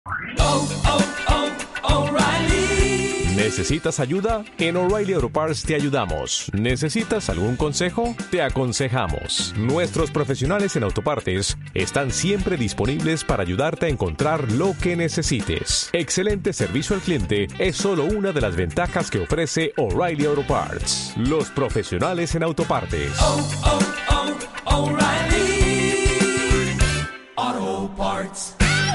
¿Necesitas ayuda? En O'Reilly Auto Parts te ayudamos. ¿Necesitas algún consejo? Te aconsejamos. Nuestros profesionales en autopartes están siempre disponibles para ayudarte a encontrar lo que necesites. Excelente servicio al cliente es solo una de las ventajas que ofrece O'Reilly Auto Parts. Los profesionales en autopartes. O'Reilly Auto Parts.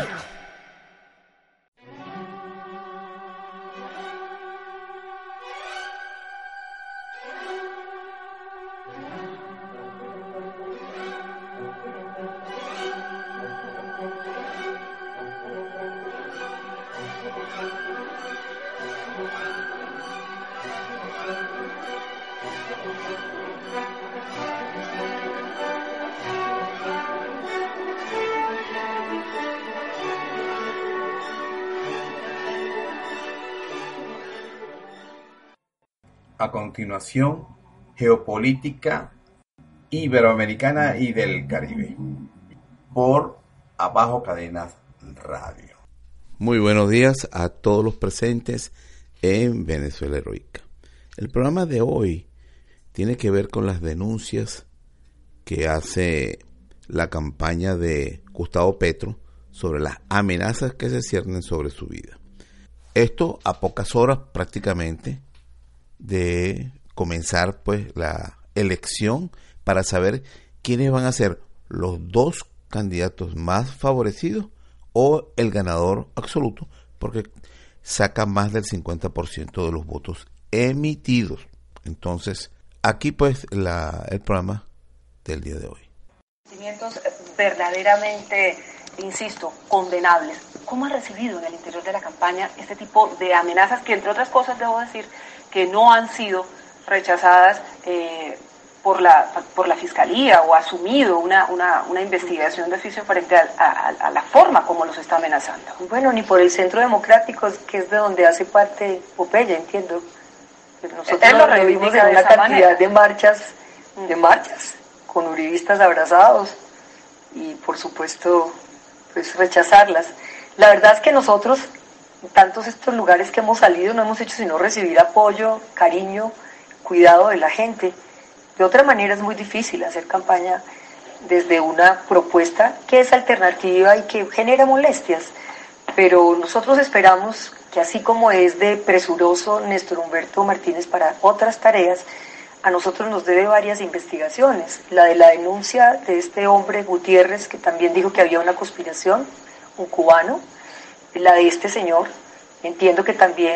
A continuación, Geopolítica Iberoamericana y del Caribe, por Abajo Cadenas Radio. Muy buenos días a todos los presentes en Venezuela Heroica. El programa de hoy tiene que ver con las denuncias que hace la campaña de Gustavo Petro sobre las amenazas que se ciernen sobre su vida. Esto a pocas horas prácticamente de comenzar pues la elección para saber quiénes van a ser los dos candidatos más favorecidos o el ganador absoluto, porque saca más del 50% de los votos emitidos. Entonces, aquí pues el programa del día de hoy. Sentimientos verdaderamente, insisto, condenables. ¿Cómo ha recibido en el interior de la campaña este tipo de amenazas que, entre otras cosas, debo decir que no han sido rechazadas por la Fiscalía o asumido una investigación de oficio frente a la forma como los está amenazando? Bueno, ni por el Centro Democrático, que es de donde hace parte Popeye, entiendo. Nosotros lo vimos en una cantidad de marchas, con uribistas abrazados y, por supuesto, pues rechazarlas. La verdad es que nosotros, en tantos estos lugares que hemos salido, no hemos hecho sino recibir apoyo, cariño, cuidado de la gente. De otra manera es muy difícil hacer campaña desde una propuesta que es alternativa y que genera molestias. Pero nosotros esperamos que, así como es de presuroso Néstor Humberto Martínez para otras tareas, a nosotros nos debe varias investigaciones. La de la denuncia de este hombre Gutiérrez, que también dijo que había una conspiración, un cubano. La de este señor, entiendo que también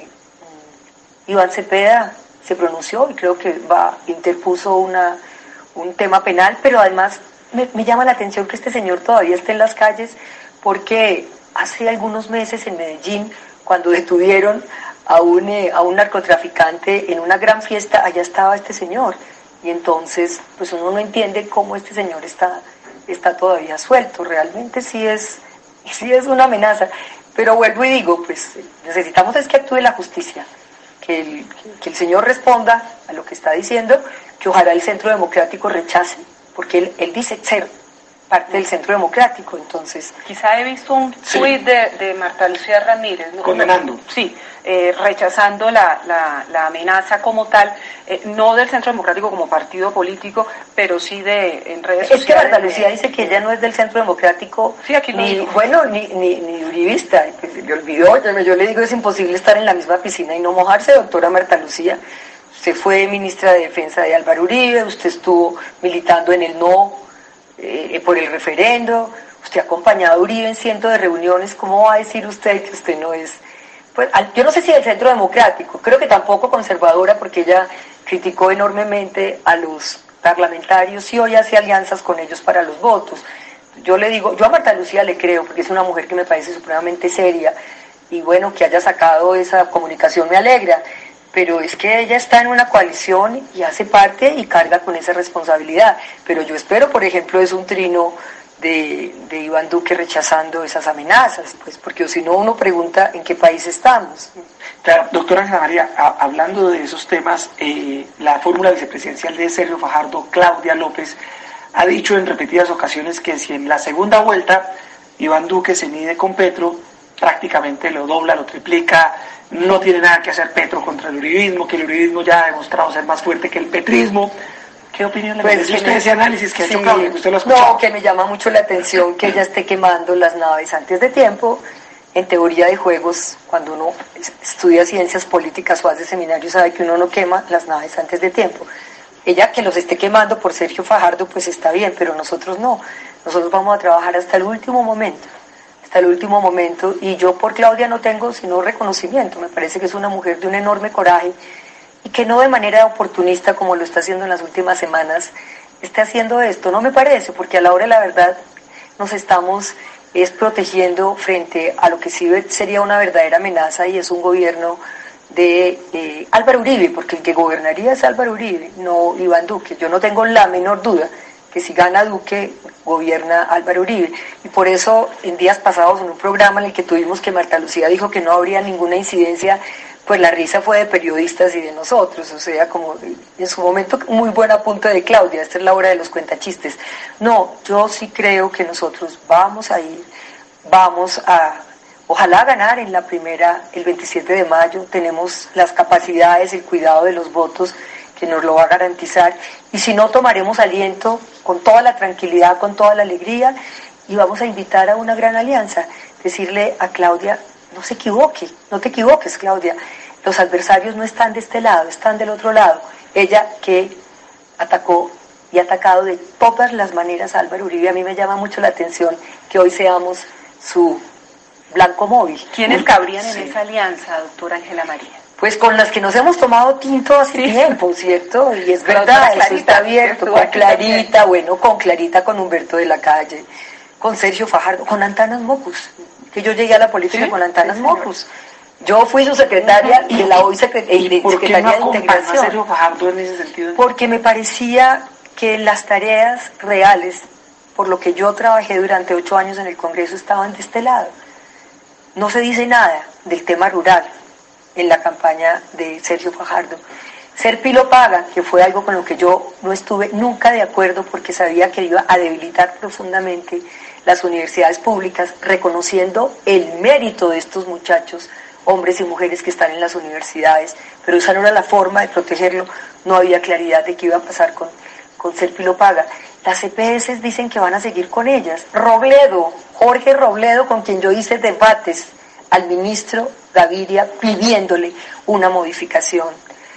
Iván Cepeda se pronunció y creo que interpuso un tema penal, pero además me llama la atención que este señor todavía esté en las calles, porque hace algunos meses en Medellín, cuando detuvieron a un narcotraficante en una gran fiesta, allá estaba este señor, y entonces pues uno no entiende cómo este señor está todavía suelto. Realmente sí es una amenaza, pero vuelvo y digo, pues necesitamos es que actúe la justicia, que el señor responda a lo que está diciendo, que ojalá el Centro Democrático rechace, porque él dice ser parte del Centro Democrático. Entonces quizá he visto un tuit de Marta Lucía Ramírez, ¿no? Condenando. Sí, rechazando la amenaza como tal, no del Centro Democrático como partido político, pero sí en redes sociales. Es que Marta Lucía dice que ella no es del Centro Democrático, sí, aquí ni uribista, pues se le olvidó. Yo le digo, es imposible estar en la misma piscina y no mojarse, doctora Marta Lucía. Usted fue ministra de Defensa de Álvaro Uribe, usted estuvo militando en el no por el referendo, usted ha acompañado a Uribe en cientos de reuniones. ¿Cómo va a decir usted que usted no es? Pues yo no sé si del Centro Democrático, creo que tampoco conservadora, porque ella criticó enormemente a los parlamentarios y hoy hace alianzas con ellos para los votos. Yo le digo, yo a Marta Lucía le creo, porque es una mujer que me parece supremamente seria, y bueno, que haya sacado esa comunicación me alegra, pero es que ella está en una coalición y hace parte y carga con esa responsabilidad. Pero yo espero, por ejemplo, es un trino de Iván Duque rechazando esas amenazas, pues, porque si no uno pregunta en qué país estamos. Claro, doctora Ángela María, hablando de esos temas, la fórmula vicepresidencial de Sergio Fajardo, Claudia López, ha dicho en repetidas ocasiones que si en la segunda vuelta Iván Duque se mide con Petro, prácticamente lo dobla, lo triplica, no tiene nada que hacer Petro contra el uribismo, que el uribismo ya ha demostrado ser más fuerte que el petrismo. ¿Qué opinión le merece usted ese análisis que ha hecho Claudia, que usted lo ha escuchado? No, que me llama mucho la atención que ella esté quemando las naves antes de tiempo. En teoría de juegos, cuando uno estudia ciencias políticas o hace seminarios, sabe que uno no quema las naves antes de tiempo. Ella que los esté quemando por Sergio Fajardo, pues está bien, pero nosotros no. Nosotros vamos a trabajar hasta el último momento, y yo por Claudia no tengo sino reconocimiento. Me parece que es una mujer de un enorme coraje y que no de manera oportunista, como lo está haciendo en las últimas semanas, esté haciendo esto. No me parece, porque a la hora de la verdad nos estamos protegiendo frente a lo que sí sería una verdadera amenaza, y es un gobierno de Álvaro Uribe, porque el que gobernaría es Álvaro Uribe, no Iván Duque. Yo no tengo la menor duda que si gana Duque, gobierna Álvaro Uribe. Y por eso, en días pasados, en un programa en el que tuvimos que Marta Lucía dijo que no habría ninguna incidencia, pues la risa fue de periodistas y de nosotros, o sea, como en su momento muy buen apunte de Claudia, esta es la hora de los cuentachistes. No, yo sí creo que nosotros vamos a ir, vamos a, ojalá ganar en la primera, el 27 de mayo, tenemos las capacidades, el cuidado de los votos que nos lo va a garantizar, y si no, tomaremos aliento con toda la tranquilidad, con toda la alegría, y vamos a invitar a una gran alianza, decirle a Claudia: no se equivoque, no te equivoques, Claudia, los adversarios no están de este lado, están del otro lado. Ella que atacó y ha atacado de todas las maneras a Álvaro Uribe, a mí me llama mucho la atención que hoy seamos su blanco móvil. ¿Quiénes cabrían en esa alianza, doctora Ángela María? Pues con las que nos hemos tomado tinto hace tiempo, ¿cierto? Y es verdad, eso está abierto, con Clarita, bueno, con Clarita, con Humberto de la Calle, con Sergio Fajardo, con Antanas Mocus, que yo llegué a la política con Antanas Mocus. Yo fui su secretaria de la hoy Secretaría de Integración. A Sergio Fajardo en ese sentido? Porque me parecía que las tareas reales, por lo que yo trabajé durante 8 años en el Congreso, estaban de este lado. No se dice nada del tema rural en la campaña de Sergio Fajardo. Ser Pilo Paga, que fue algo con lo que yo no estuve nunca de acuerdo, porque sabía que iba a debilitar profundamente las universidades públicas, reconociendo el mérito de estos muchachos, hombres y mujeres que están en las universidades, pero esa no era la forma de protegerlo, no había claridad de qué iba a pasar con Ser Pilo Paga. Las EPS dicen que van a seguir con ellas. Jorge Robledo, con quien yo hice debates al ministro Gaviria pidiéndole una modificación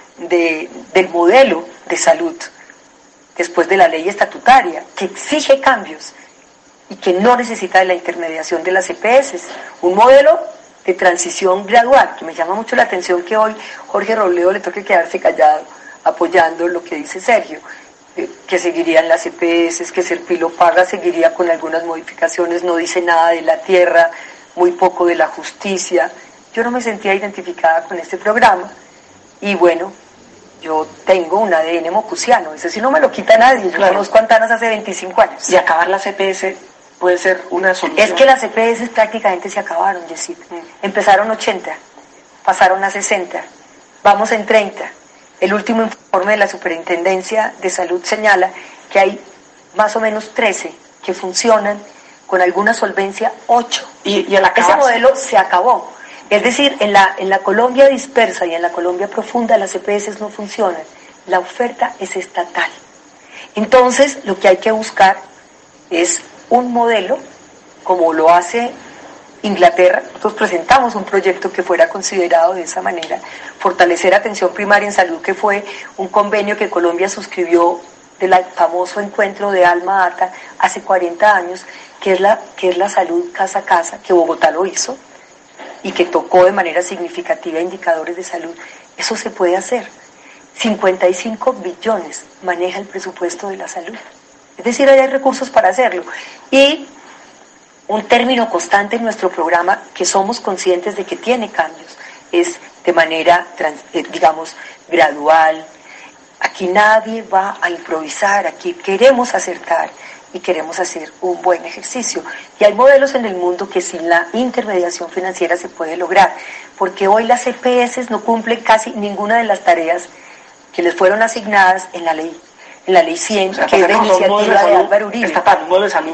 del modelo de salud después de la ley estatutaria, que exige cambios y que no necesita de la intermediación de las EPS, un modelo de transición gradual, que me llama mucho la atención que hoy Jorge Robledo le toque quedarse callado apoyando lo que dice Sergio, que seguirían las EPS, que Ser Pilo Paga seguiría con algunas modificaciones, no dice nada de la tierra, muy poco de la justicia. Yo no me sentía identificada con este programa, y bueno, yo tengo un ADN mocusiano, eso sí no me lo quita nadie, yo conozco a Antanas hace 25 años. ¿Y acabar las EPS puede ser una solución? Es que las EPS prácticamente se acabaron, Jessica. Empezaron 80, pasaron a 60, vamos en 30. El último informe de la Superintendencia de Salud señala que hay más o menos 13 que funcionan con alguna solvencia, 8. Y al acabarse, ese modelo se acabó. Es decir, en la Colombia dispersa y en la Colombia profunda las EPS no funcionan. La oferta es estatal. Entonces, lo que hay que buscar es un modelo, como lo hace Inglaterra. Nosotros presentamos un proyecto que fuera considerado de esa manera, fortalecer atención primaria en salud, que fue un convenio que Colombia suscribió del famoso encuentro de Alma Ata hace 40 años, que es la salud casa a casa, que Bogotá lo hizo y que tocó de manera significativa indicadores de salud. Eso se puede hacer. 55 billones maneja el presupuesto de la salud. Es decir, hay recursos para hacerlo. Y un término constante en nuestro programa, que somos conscientes de que tiene cambios, es de manera, digamos, gradual. Aquí nadie va a improvisar, aquí queremos acertar y queremos hacer un buen ejercicio. Y hay modelos en el mundo que sin la intermediación financiera se puede lograr, porque hoy las EPS no cumplen casi ninguna de las tareas que les fueron asignadas en la ley 100, o sea, que es la iniciativa de Álvaro Uribe. Estatal, un modelo de salud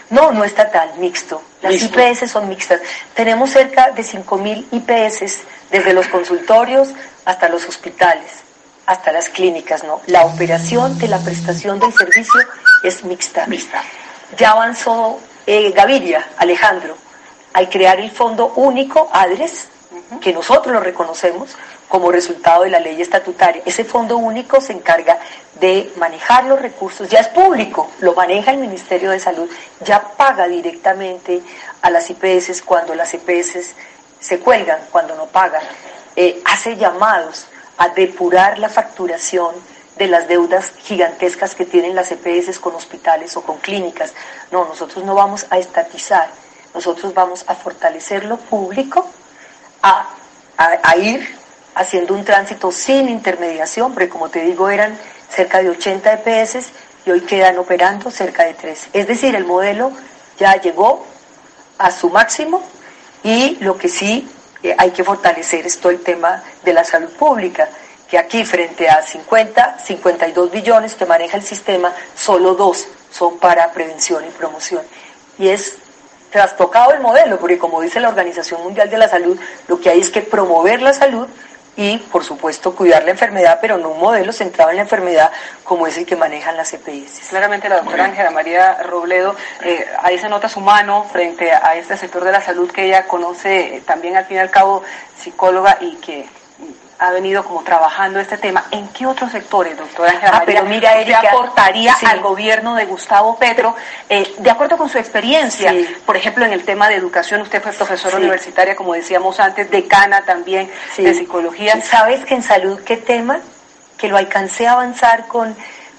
No estatal, mixto. Las IPS son mixtas. Tenemos cerca de 5.000 IPS desde los consultorios hasta los hospitales, hasta las clínicas, ¿no? La operación de la prestación del servicio es mixta. Ya avanzó Gaviria, Alejandro, al crear el Fondo Único ADRES, que nosotros lo reconocemos como resultado de la ley estatutaria. Ese Fondo Único se encarga de manejar los recursos, ya es público, lo maneja el Ministerio de Salud, ya paga directamente a las IPS cuando las EPS se cuelgan, cuando no pagan, hace llamados a depurar la facturación de las deudas gigantescas que tienen las EPS con hospitales o con clínicas. No, nosotros no vamos a estatizar, nosotros vamos a fortalecer lo público, a ir haciendo un tránsito sin intermediación, porque como te digo eran cerca de 80 EPS y hoy quedan operando cerca de 13. Es decir, el modelo ya llegó a su máximo y lo que sí hay que fortalecer es todo el tema de la salud pública, que aquí frente a 52 billones que maneja el sistema, solo 2 son para prevención y promoción. Y es trastocado el modelo, porque como dice la Organización Mundial de la Salud, lo que hay es que promover la salud y, por supuesto, cuidar la enfermedad, pero no un modelo centrado en la enfermedad como es el que manejan las EPS. Claramente la doctora Ángela María Robledo, ahí se nota su mano frente a este sector de la salud que ella conoce, también al fin y al cabo psicóloga y que ha venido como trabajando este tema. ¿En qué otros sectores, doctora Ángela María, pero mira, Erika, usted aportaría al gobierno de Gustavo Petro, de acuerdo con su experiencia? Por ejemplo, en el tema de educación, usted fue profesora universitaria, como decíamos antes, decana también de psicología. ¿Sabes que en salud qué tema? Que lo alcancé a avanzar con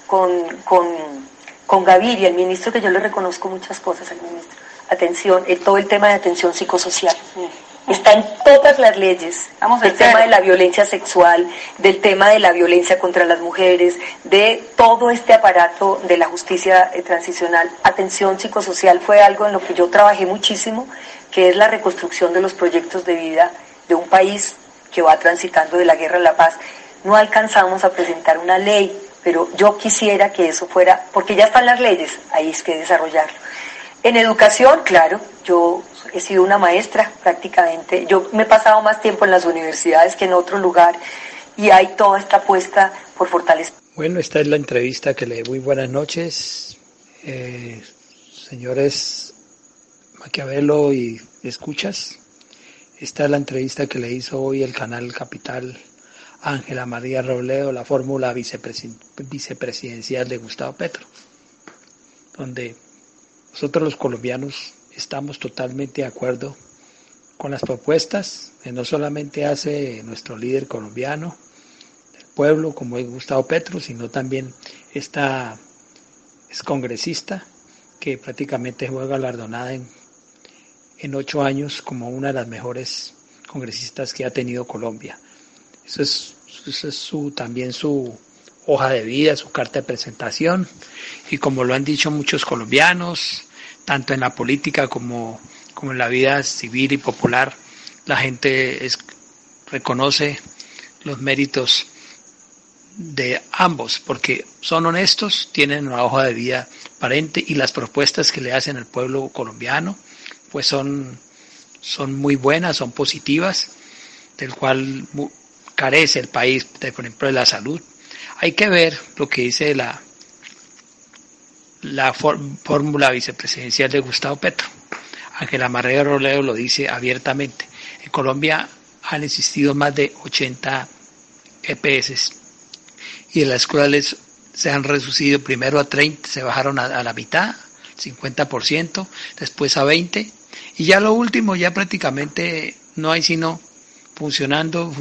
Gaviria, el ministro, que yo le reconozco muchas cosas al ministro. Atención, todo el tema de atención psicosocial. Está en todas las leyes, del tema de la violencia sexual, del tema de la violencia contra las mujeres, de todo este aparato de la justicia transicional. Atención psicosocial fue algo en lo que yo trabajé muchísimo, que es la reconstrucción de los proyectos de vida de un país que va transitando de la guerra a la paz. No alcanzamos a presentar una ley, pero yo quisiera que eso fuera, porque ya están las leyes, ahí es que desarrollarlo. En educación, claro, yo he sido una maestra prácticamente, yo me he pasado más tiempo en las universidades que en otro lugar y hay toda esta apuesta por fortalecer. Bueno, esta es la entrevista que le doy. Muy buenas noches, señores Maquiavelo y escuchas. Esta es la entrevista que le hizo hoy el canal Capital Ángela María Robledo, la fórmula vicepresidencial de Gustavo Petro, donde nosotros los colombianos estamos totalmente de acuerdo con las propuestas que no solamente hace nuestro líder colombiano, del pueblo, como es Gustavo Petro, sino también esta es congresista que prácticamente fue galardonada en 8 años como una de las mejores congresistas que ha tenido Colombia. Eso es también su hoja de vida, su carta de presentación, y como lo han dicho muchos colombianos, tanto en la política como en la vida civil y popular, la gente reconoce los méritos de ambos, porque son honestos, tienen una hoja de vida aparente y las propuestas que le hacen al pueblo colombiano pues son muy buenas, son positivas, del cual carece el país, por ejemplo, de la salud. Hay que ver lo que dice la fórmula vicepresidencial de Gustavo Petro. Ángela María Robledo lo dice abiertamente. En Colombia han existido más de 80 EPS y de las cuales se han reducido primero a 30, se bajaron a la mitad, 50%, después a 20%, y ya lo último ya prácticamente no hay sino funcionando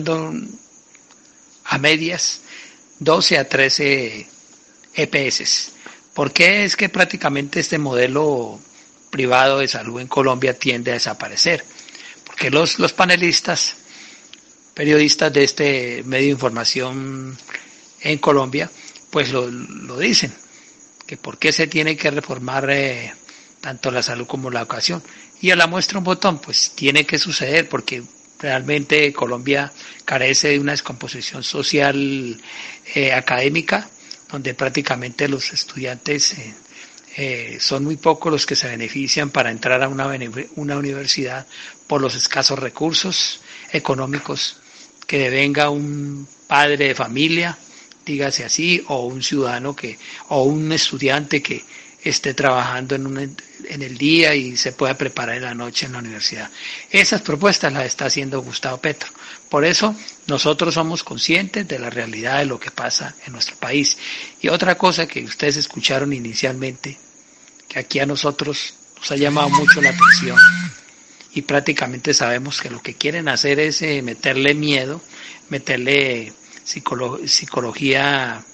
a medias, 12 a 13 EPS. ¿Por qué es que prácticamente este modelo privado de salud en Colombia tiende a desaparecer? Porque los panelistas, periodistas de este medio de información en Colombia, pues lo dicen, que por qué se tiene que reformar tanto la salud como la educación. Y a la muestra un botón, pues tiene que suceder porque realmente Colombia carece de una descomposición social académica, donde prácticamente los estudiantes Son muy pocos los que se benefician para entrar a una universidad por los escasos recursos económicos que venga un padre de familia, dígase así, o un ciudadano o un estudiante que esté trabajando en el día y se pueda preparar en la noche en la universidad. Esas propuestas las está haciendo Gustavo Petro. Por eso nosotros somos conscientes de la realidad de lo que pasa en nuestro país. Y otra cosa que ustedes escucharon inicialmente, que aquí a nosotros nos ha llamado mucho la atención y prácticamente sabemos que lo que quieren hacer es meterle miedo, meterle psicología,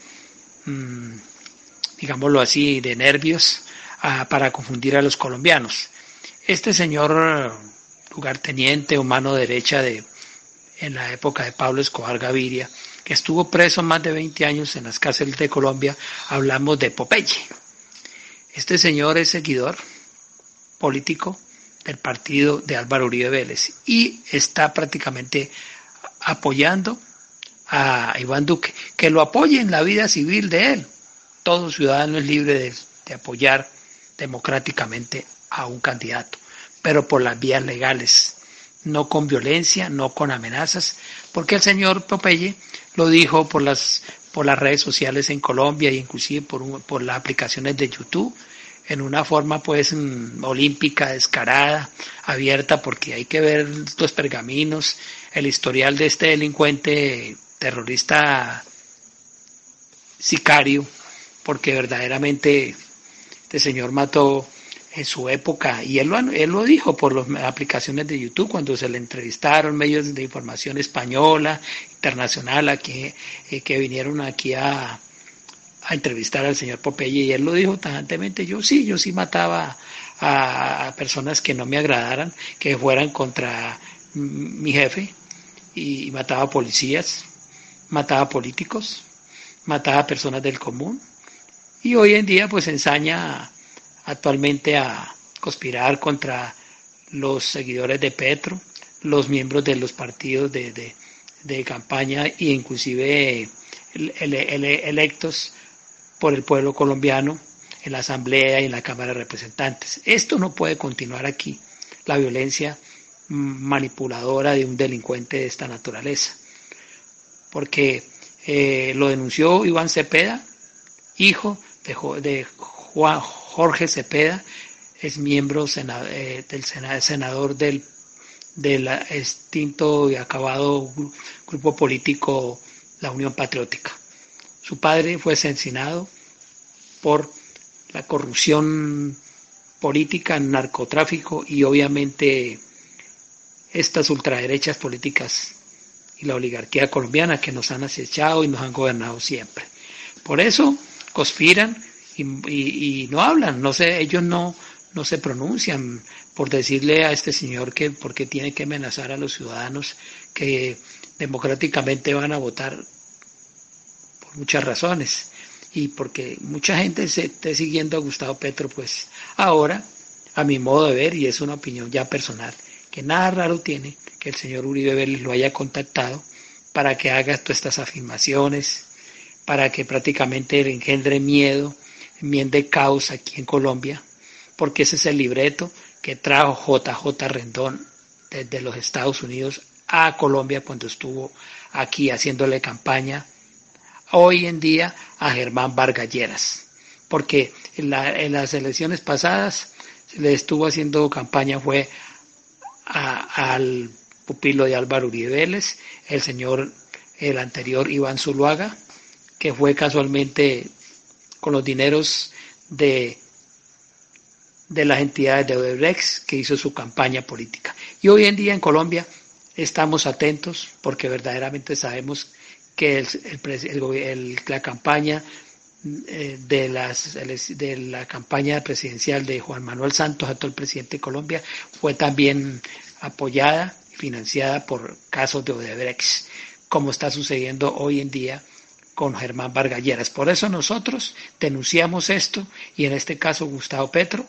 digámoslo así, de nervios para confundir a los colombianos. Este señor lugarteniente o mano derecha en la época de Pablo Escobar Gaviria, que estuvo preso más de 20 años en las cárceles de Colombia, hablamos de Popeye. Este señor es seguidor político del partido de Álvaro Uribe Vélez y está prácticamente apoyando a Iván Duque, que lo apoye en la vida civil de él. Todo ciudadano es libre de apoyar democráticamente a un candidato, pero por las vías legales, no con violencia, no con amenazas, porque el señor Popeye lo dijo por las redes sociales en Colombia e inclusive por las aplicaciones de YouTube, en una forma pues olímpica, descarada, abierta, porque hay que ver los pergaminos, el historial de este delincuente terrorista sicario, porque verdaderamente este señor mató en su época, y él lo dijo por las aplicaciones de YouTube cuando se le entrevistaron medios de información española, internacional, aquí, que vinieron aquí a entrevistar al señor Popeye, y él lo dijo tajantemente: yo sí mataba a personas que no me agradaran, que fueran contra mi jefe, y mataba policías, mataba políticos, mataba a personas del común, y hoy en día pues ensaña actualmente a conspirar contra los seguidores de Petro, los miembros de los partidos de campaña e inclusive electos por el pueblo colombiano en la Asamblea y en la Cámara de Representantes. Esto no puede continuar aquí, la violencia manipuladora de un delincuente de esta naturaleza, porque lo denunció Iván Cepeda, hijo de Jorge Cepeda, es miembro del senador del extinto y acabado grupo político La Unión Patriótica. Su padre fue asesinado por la corrupción política, narcotráfico y obviamente estas ultraderechas políticas y la oligarquía colombiana que nos han acechado y nos han gobernado siempre. Por eso conspiran y no hablan, ellos no se pronuncian por decirle a este señor que porque tiene que amenazar a los ciudadanos que democráticamente van a votar por muchas razones, y porque mucha gente se esté siguiendo a Gustavo Petro, pues ahora, a mi modo de ver, y es una opinión ya personal, que nada raro tiene que el señor Uribe Vélez lo haya contactado para que haga todas estas afirmaciones, para que prácticamente le engendre miedo, enmiende caos aquí en Colombia, porque ese es el libreto que trajo JJ Rendón desde los Estados Unidos a Colombia cuando estuvo aquí haciéndole campaña hoy en día a Germán Vargas Lleras, porque en las elecciones pasadas se le estuvo haciendo campaña fue al pupilo de Álvaro Uribe Vélez, el anterior Iván Zuluaga, que fue casualmente con los dineros de las entidades de Odebrecht que hizo su campaña política. Y hoy en día en Colombia estamos atentos porque verdaderamente sabemos que la campaña de la campaña presidencial de Juan Manuel Santos, actual presidente de Colombia, fue también apoyada y financiada por casos de Odebrecht, como está sucediendo hoy en día con Germán Vargas Lleras. Por eso nosotros denunciamos esto, y en este caso Gustavo Petro,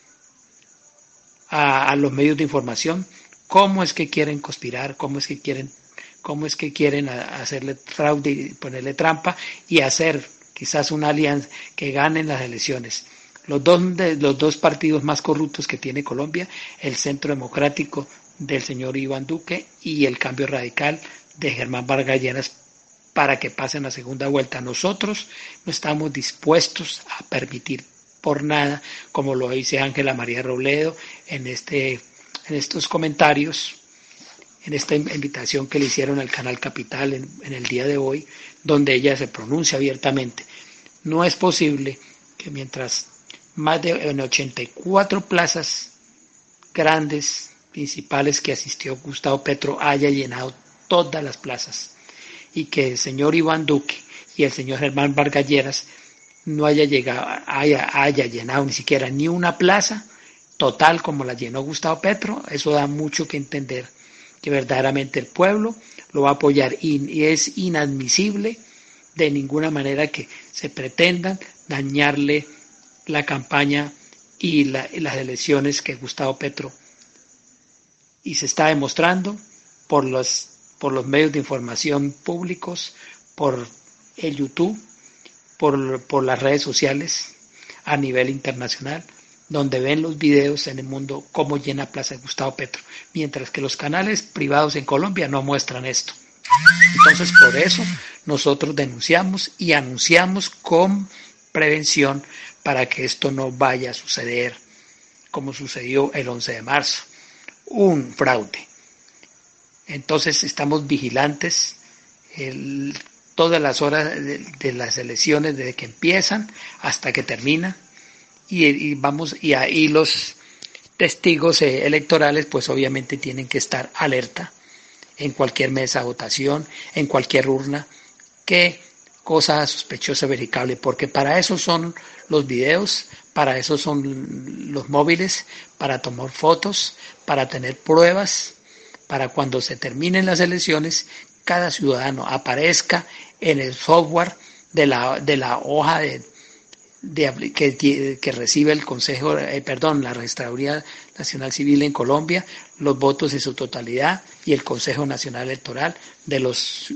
a los medios de información, cómo es que quieren conspirar, cómo es que quieren hacerle fraude y ponerle trampa y hacer quizás una alianza que ganen las elecciones. los dos partidos más corruptos que tiene Colombia, el Centro Democrático del señor Iván Duque y el Cambio Radical de Germán Vargas Lleras, para que pasen a segunda vuelta. Nosotros no estamos dispuestos a permitir por nada, como lo dice Ángela María Robledo en estos comentarios, en esta invitación que le hicieron al Canal Capital en el día de hoy, donde ella se pronuncia abiertamente. No es posible que mientras más de 84 plazas grandes, principales que asistió Gustavo Petro, haya llenado todas las plazas, y que el señor Iván Duque y el señor Germán Vargas Lleras no haya llenado ni siquiera ni una plaza total como la llenó Gustavo Petro. Eso da mucho que entender que verdaderamente el pueblo lo va a apoyar, y es inadmisible de ninguna manera que se pretendan dañarle la campaña y las elecciones que Gustavo Petro, y se está demostrando por los medios de información públicos, por el YouTube, por las redes sociales a nivel internacional, donde ven los videos en el mundo cómo llena Plaza de Gustavo Petro, mientras que los canales privados en Colombia no muestran esto. Entonces, por eso nosotros denunciamos y anunciamos con prevención para que esto no vaya a suceder como sucedió el 11 de marzo, un fraude. Entonces estamos vigilantes todas las horas de las elecciones, desde que empiezan hasta que terminan, y ahí los testigos electorales pues obviamente tienen que estar alerta en cualquier mesa de votación, en cualquier urna, qué cosa sospechosa verificable, porque para eso son los videos, para eso son los móviles, para tomar fotos, para tener pruebas, para cuando se terminen las elecciones, cada ciudadano aparezca en el software de la hoja que recibe el la Registraduría Nacional Civil en Colombia, los votos en su totalidad, y el Consejo Nacional Electoral de los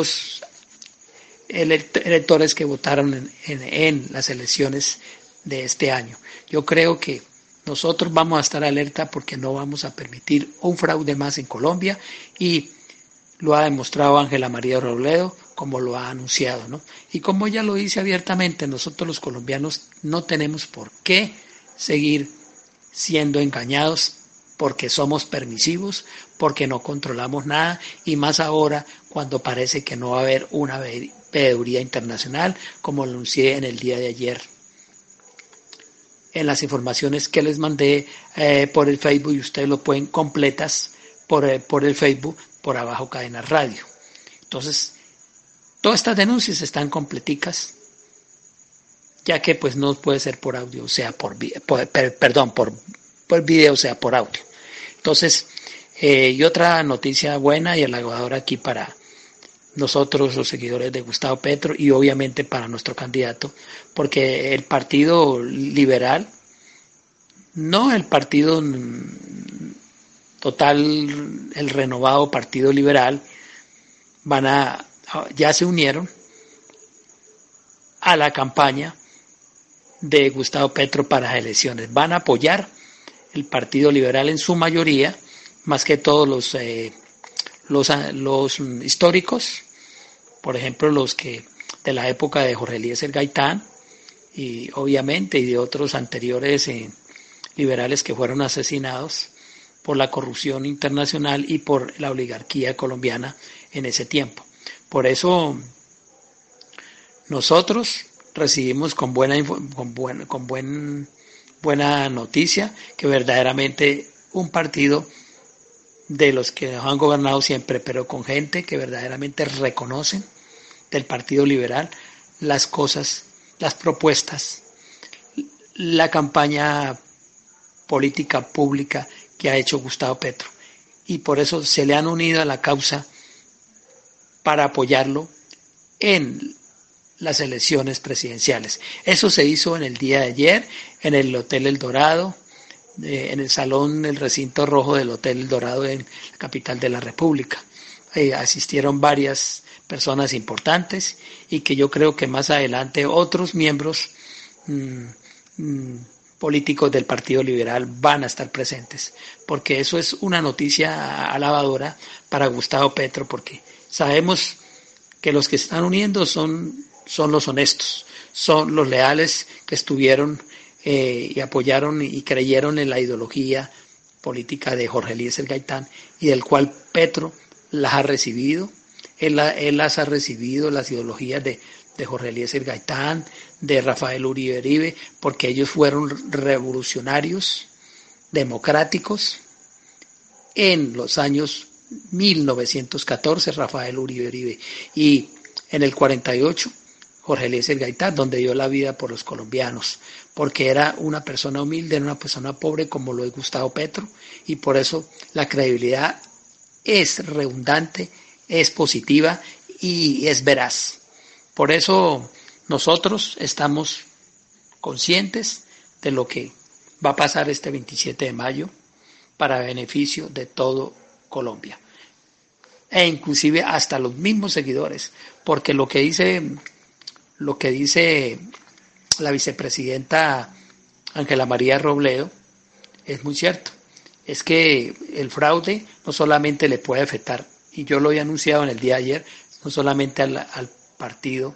electores que votaron en las elecciones de este año. Yo creo que nosotros vamos a estar alerta porque no vamos a permitir un fraude más en Colombia, y lo ha demostrado Ángela María Robledo, como lo ha anunciado, ¿no? Y como ella lo dice abiertamente, nosotros los colombianos no tenemos por qué seguir siendo engañados, porque somos permisivos, porque no controlamos nada, y más ahora cuando parece que no va a haber una veeduría internacional, como lo anuncié en el día de ayer en las informaciones que les mandé por el Facebook, y ustedes lo pueden completas por el Facebook, por Abajo Cadenas Radio. Entonces, todas estas denuncias están completicas, ya que pues no puede ser por audio, o sea, por video, o sea, por audio. Entonces, y otra noticia buena y halagadora aquí para nosotros, los seguidores de Gustavo Petro, y obviamente para nuestro candidato, porque el Partido Liberal, no el partido total, el renovado Partido Liberal, ya se unieron a la campaña de Gustavo Petro para las elecciones. Van a apoyar el Partido Liberal en su mayoría, más que todos los históricos, por ejemplo los que de la época de Jorge Eliezer Gaitán, y obviamente y de otros anteriores liberales que fueron asesinados por la corrupción internacional y por la oligarquía colombiana en ese tiempo. Por eso nosotros recibimos con buena noticia que verdaderamente un partido de los que nos han gobernado siempre, pero con gente que verdaderamente reconocen del Partido Liberal las cosas, las propuestas, la campaña política pública que ha hecho Gustavo Petro, y por eso se le han unido a la causa para apoyarlo en las elecciones presidenciales. Eso se hizo en el día de ayer en el Hotel El Dorado, en el salón, el recinto rojo del Hotel El Dorado en la capital de la República. Asistieron varias personas importantes, y que yo creo que más adelante otros miembros políticos del Partido Liberal van a estar presentes, porque eso es una noticia alabadora para Gustavo Petro, porque sabemos que los que están uniendo son los honestos, son los leales que estuvieron y apoyaron y creyeron en la ideología política de Jorge Eliezer Gaitán, y del cual Petro las ha recibido. Él las ha recibido, las ideologías de Jorge Eliezer Gaitán, de Rafael Uribe, porque ellos fueron revolucionarios, democráticos. En los años 1914, Rafael Uribe, y en el 48, Jorge Eliezer Gaitán, donde dio la vida por los colombianos, porque era una persona humilde, era una persona pobre como lo es Gustavo Petro, y por eso la credibilidad es redundante, es positiva y es veraz. Por eso nosotros estamos conscientes de lo que va a pasar este 27 de mayo para beneficio de todo Colombia, e inclusive hasta los mismos seguidores, porque lo que dice la vicepresidenta Ángela María Robledo es muy cierto. Es que el fraude no solamente le puede afectar, y yo lo he anunciado en el día de ayer, no solamente al partido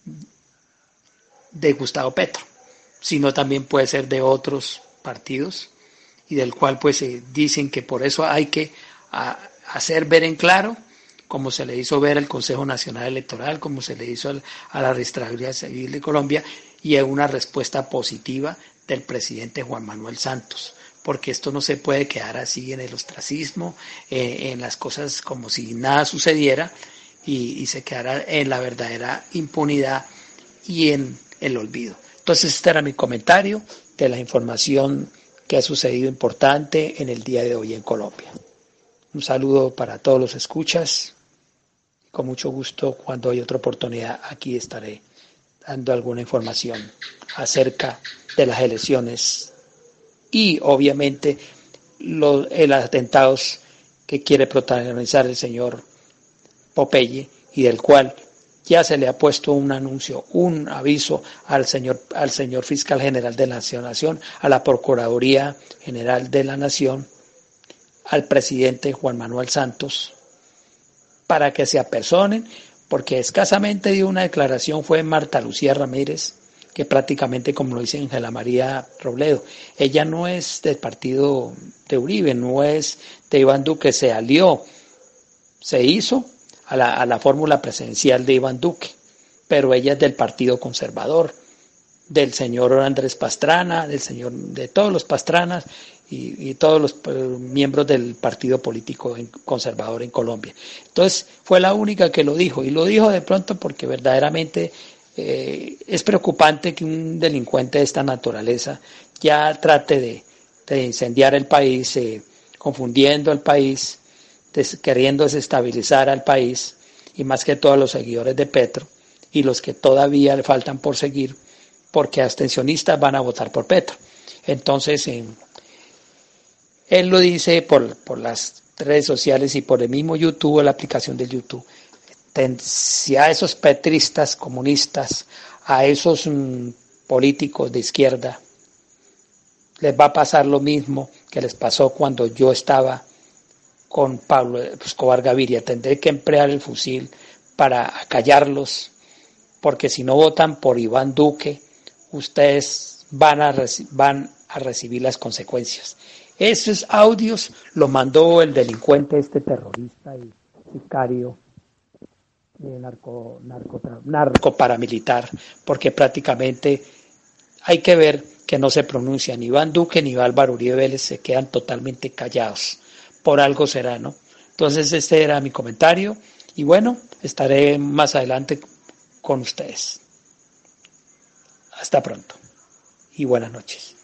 de Gustavo Petro, sino también puede ser de otros partidos, y del cual pues dicen que por eso hay que hacer ver en claro, como se le hizo ver al Consejo Nacional Electoral, como se le hizo a la Registraduría Civil de Colombia, y a una respuesta positiva del presidente Juan Manuel Santos, porque esto no se puede quedar así en el ostracismo, en las cosas como si nada sucediera, y se quedara en la verdadera impunidad y en el olvido. Entonces este era mi comentario de la información que ha sucedido importante en el día de hoy en Colombia. Un saludo para todos los escuchas. Con mucho gusto, cuando hay otra oportunidad, aquí estaré dando alguna información acerca de las elecciones y obviamente los atentados que quiere protagonizar el señor Popeye, y del cual ya se le ha puesto un anuncio, un aviso al señor fiscal general de la Nación, a la Procuraduría General de la Nación, al presidente Juan Manuel Santos, para que se apersonen, porque escasamente dio una declaración, fue Marta Lucía Ramírez, que prácticamente, como lo dice Ángela María Robledo, ella no es del partido de Uribe, no es de Iván Duque, se alió, se hizo a la fórmula presidencial de Iván Duque, pero ella es del Partido Conservador, del señor Andrés Pastrana, de todos los Pastranas y todos los miembros del partido político conservador en Colombia. Entonces fue la única que lo dijo, y lo dijo de pronto porque verdaderamente es preocupante que un delincuente de esta naturaleza ya trate de incendiar el país, confundiendo el país, queriendo desestabilizar al país, y más que todos los seguidores de Petro y los que todavía le faltan por seguir, porque abstencionistas van a votar por Petro. Entonces él lo dice por las redes sociales y por el mismo YouTube, la aplicación del YouTube. Si a esos petristas comunistas, a esos políticos de izquierda, les va a pasar lo mismo que les pasó cuando yo estaba con Pablo Escobar Gaviria. Tendré que emplear el fusil para acallarlos, porque si no votan por Iván Duque, ustedes van a recibir las consecuencias. Esos audios los mandó el delincuente, este terrorista y sicario narco paramilitar, porque prácticamente hay que ver que no se pronuncian ni Iván Duque ni Álvaro Uribe Vélez, se quedan totalmente callados. Por algo será, ¿no? Entonces este era mi comentario, y bueno, estaré más adelante con ustedes. Hasta pronto y buenas noches.